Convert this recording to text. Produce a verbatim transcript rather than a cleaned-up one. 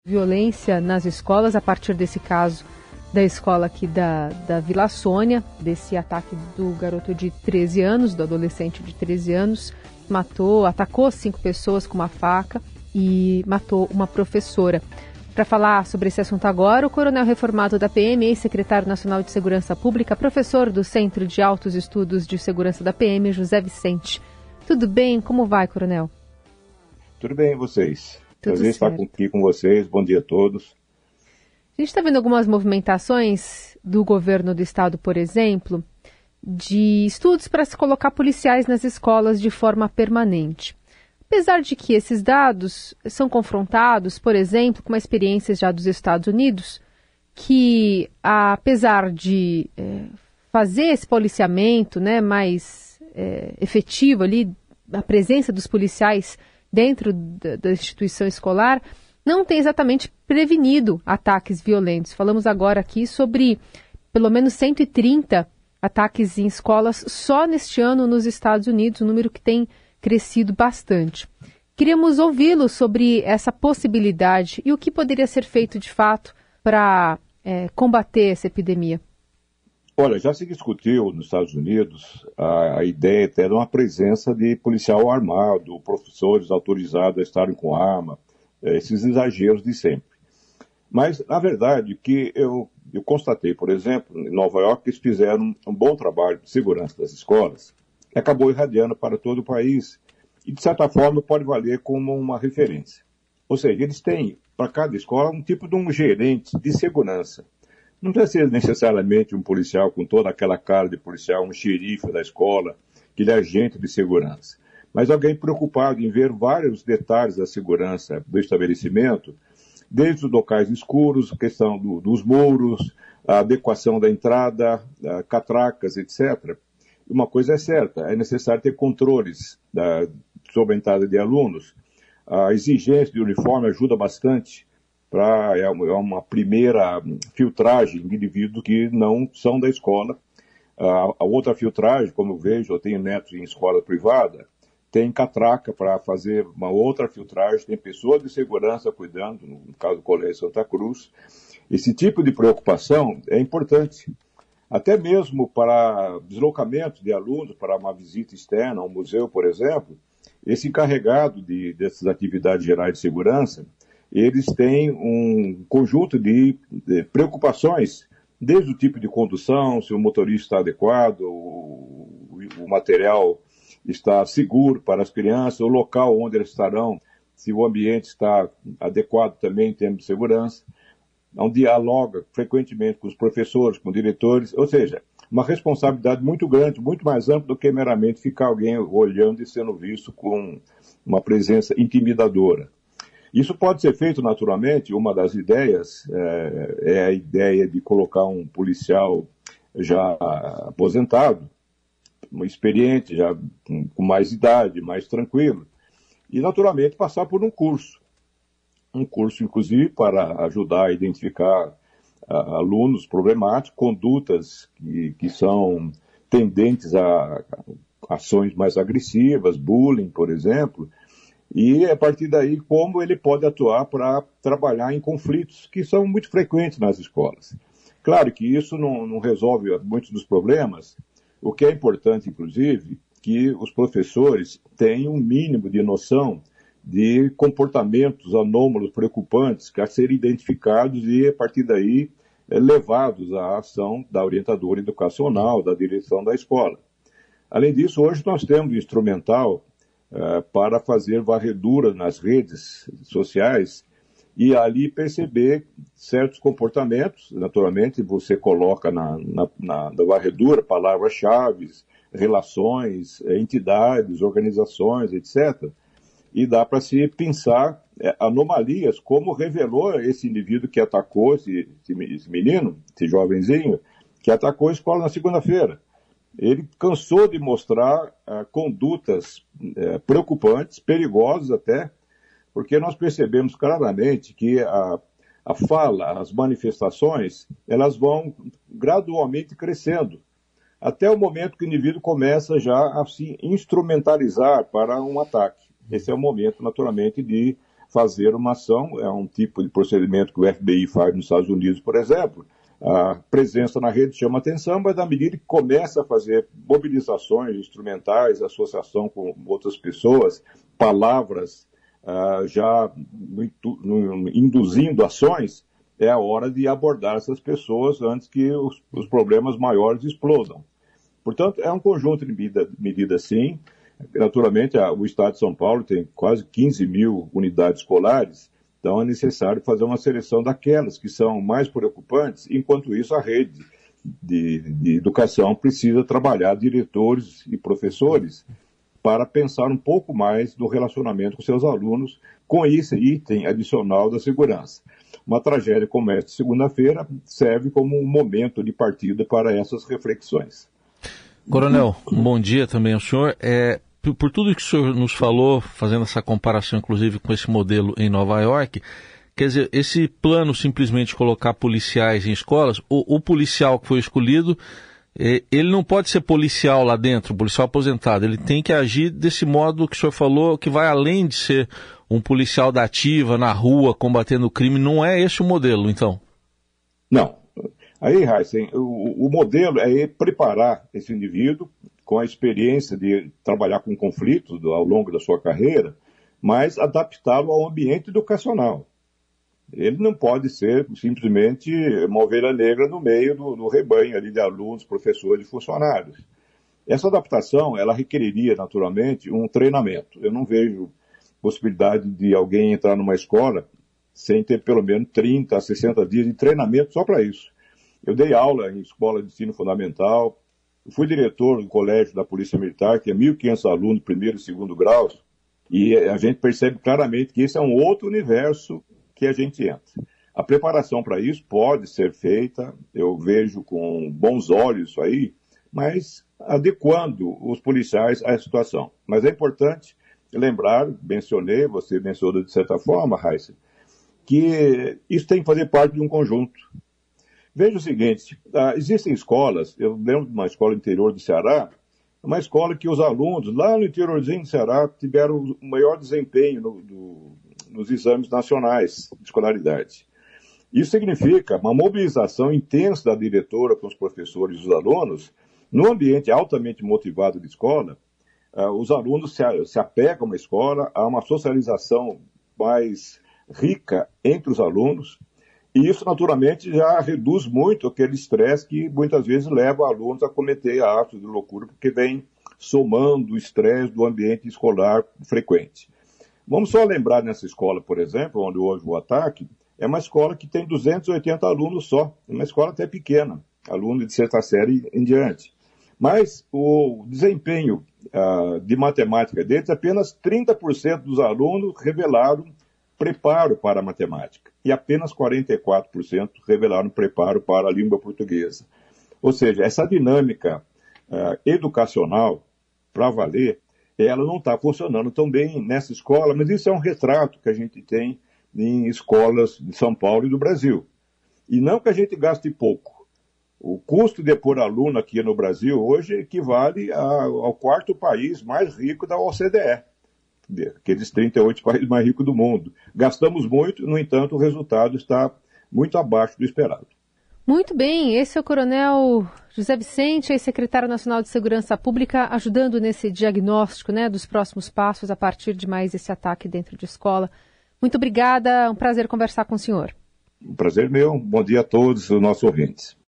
Violência nas escolas, a partir desse caso da escola aqui da, da Vila Sônia, desse ataque do garoto de treze anos, do adolescente de treze anos, matou, atacou cinco pessoas com uma faca e matou uma professora. Para falar sobre esse assunto agora, o coronel reformado da P M, ex-secretário nacional de Segurança Pública, professor do Centro de Altos Estudos de Segurança da P M, José Vicente. Tudo bem? Como vai, coronel? Tudo bem, e vocês? Tudo Prazer certo. estar aqui com vocês. Bom dia a todos. A gente está vendo algumas movimentações do governo do estado, por exemplo, de estudos para se colocar policiais nas escolas de forma permanente. Apesar de que esses dados são confrontados, por exemplo, com experiências já dos Estados Unidos, que apesar de é, fazer esse policiamento, né, mais é, efetivo ali, a presença dos policiais dentro da, da instituição escolar, não tem exatamente prevenido ataques violentos. Falamos agora aqui sobre pelo menos cento e trinta ataques em escolas só neste ano nos Estados Unidos, um número que tem crescido bastante. Queríamos ouvi-lo sobre essa possibilidade e o que poderia ser feito de fato para é, combater essa epidemia. Olha, já se discutiu nos Estados Unidos a, a ideia até de uma presença de policial armado, professores autorizados a estarem com arma, esses exageros de sempre. Mas, na verdade, que eu, eu constatei, por exemplo, em Nova York, eles fizeram um bom trabalho de segurança das escolas, que acabou irradiando para todo o país, e, de certa forma, pode valer como uma referência. Ou seja, eles têm, para cada escola, um tipo de um gerente de segurança. Não precisa ser necessariamente um policial com toda aquela cara de policial, um xerife da escola, que ele é agente de segurança. Mas alguém preocupado em ver vários detalhes da segurança do estabelecimento, desde os locais escuros, a questão do, dos muros, a adequação da entrada, a catracas, etcétera. Uma coisa é certa, é necessário ter controles da, sobre a entrada de alunos. A exigência de uniforme ajuda bastante. Pra, é uma primeira filtragem de indivíduos que não são da escola. A, a outra filtragem, como eu vejo, eu tenho netos em escola privada, tem catraca para fazer uma outra filtragem, tem pessoas de segurança cuidando, no caso do Colégio Santa Cruz. Esse tipo de preocupação é importante, até mesmo para deslocamento de alunos, para uma visita externa a um museu, por exemplo. Esse encarregado de, dessas atividades gerais de segurança, eles têm um conjunto de, de preocupações, desde o tipo de condução, se o motorista está adequado, o, o material está seguro para as crianças, o local onde eles estarão, se o ambiente está adequado também em termos de segurança. Não dialoga frequentemente com os professores, com os diretores, ou seja, uma responsabilidade muito grande, muito mais ampla do que meramente ficar alguém olhando e sendo visto com uma presença intimidadora. Isso pode ser feito naturalmente. Uma das ideias é, é a ideia de colocar um policial já aposentado, experiente, já com mais idade, mais tranquilo, e naturalmente passar por um curso. Um curso, inclusive, para ajudar a identificar uh, alunos problemáticos, condutas que, que são tendentes a, a ações mais agressivas, bullying, por exemplo, e a partir daí como ele pode atuar para trabalhar em conflitos que são muito frequentes nas escolas. Claro que isso não, não resolve muitos dos problemas. O que é importante, inclusive, que os professores tenham um mínimo de noção de comportamentos anômalos preocupantes que a serem identificados e, a partir daí, levados à ação da orientadora educacional, da direção da escola. Além disso, hoje nós temos um instrumental uh, para fazer varredura nas redes sociais e ali perceber certos comportamentos. Naturalmente, você coloca na, na, na, na varredura palavras-chave, relações, entidades, organizações, etcétera. E dá para se pensar é, anomalias, como revelou esse indivíduo que atacou, esse, esse menino, esse jovenzinho, que atacou a escola na segunda-feira. Ele cansou de mostrar ah, condutas eh, preocupantes, perigosas até, porque nós percebemos claramente que a, a fala, as manifestações, elas vão gradualmente crescendo, até o momento que o indivíduo começa já a se instrumentalizar para um ataque. Esse é o momento, naturalmente, de fazer uma ação, é um tipo de procedimento que o F B I faz nos Estados Unidos, por exemplo. A presença na rede chama atenção, mas na medida que começa a fazer mobilizações instrumentais, associação com outras pessoas, palavras uh, já no, no, induzindo ações, é a hora de abordar essas pessoas antes que os, os problemas maiores explodam. Portanto, é um conjunto de medidas, medida, sim. Naturalmente, a, o Estado de São Paulo tem quase quinze mil unidades escolares, então é necessário fazer uma seleção daquelas que são mais preocupantes. Enquanto isso, a rede de, de educação precisa trabalhar diretores e professores para pensar um pouco mais no relacionamento com seus alunos com esse item adicional da segurança. Uma tragédia como esta de segunda-feira serve como um momento de partida para essas reflexões. Coronel, um bom dia também ao senhor. É, por, por tudo que o senhor nos falou, fazendo essa comparação inclusive com esse modelo em Nova York, quer dizer, esse plano simplesmente colocar policiais em escolas, o, o policial que foi escolhido, é, ele não pode ser policial lá dentro, policial aposentado, ele tem que agir desse modo que o senhor falou, que vai além de ser um policial da ativa, na rua, combatendo o crime. Não é esse o modelo, então? Não. Aí, Heisen, o, o modelo é preparar esse indivíduo com a experiência de trabalhar com conflitos ao longo da sua carreira, mas adaptá-lo ao ambiente educacional. Ele não pode ser simplesmente uma ovelha negra no meio do, do rebanho ali de alunos, professores e funcionários. Essa adaptação, ela requeriria, naturalmente, um treinamento. Eu não vejo possibilidade de alguém entrar numa escola sem ter pelo menos trinta a sessenta dias de treinamento só para isso. Eu dei aula em escola de ensino fundamental, fui diretor do colégio da Polícia Militar, que é mil e quinhentos alunos, primeiro e segundo graus, e a gente percebe claramente que esse é um outro universo que a gente entra. A preparação para isso pode ser feita, eu vejo com bons olhos isso aí, mas adequando os policiais à situação. Mas é importante lembrar, mencionei, você mencionou de certa forma, Raíssa, que isso tem que fazer parte de um conjunto. Veja o seguinte, ah, existem escolas, eu lembro de uma escola no interior do Ceará, uma escola que os alunos lá no interiorzinho do Ceará tiveram o maior desempenho no, do, nos exames nacionais de escolaridade. Isso significa uma mobilização intensa da diretora com os professores e os alunos, no ambiente altamente motivado de escola. Uh, os alunos se, se apegam à escola, há uma socialização mais rica entre os alunos, e isso naturalmente já reduz muito aquele estresse que muitas vezes leva alunos a cometer atos de loucura, porque vem somando o estresse do ambiente escolar frequente. Vamos só lembrar nessa escola, por exemplo, onde houve o ataque, é uma escola que tem duzentos e oitenta alunos só, é uma escola até pequena, aluno de sexta série em diante. Mas o desempenho uh, de matemática deles, apenas trinta por cento dos alunos revelaram preparo para a matemática e apenas quarenta e quatro por cento revelaram preparo para a língua portuguesa. Ou seja, essa dinâmica uh, educacional, para valer, ela não está funcionando tão bem nessa escola, mas isso é um retrato que a gente tem em escolas de São Paulo e do Brasil. E não que a gente gaste pouco. O custo de pôr aluno aqui no Brasil hoje equivale a, ao quarto país mais rico da O C D E, aqueles trinta e oito países mais ricos do mundo. Gastamos muito, no entanto, o resultado está muito abaixo do esperado. Muito bem, esse é o Coronel José Vicente, ex-secretário nacional de Segurança Pública, ajudando nesse diagnóstico, né, dos próximos passos a partir de mais esse ataque dentro de escola. Muito obrigada, é um prazer conversar com o senhor. Um prazer meu, bom dia a todos os nossos ouvintes.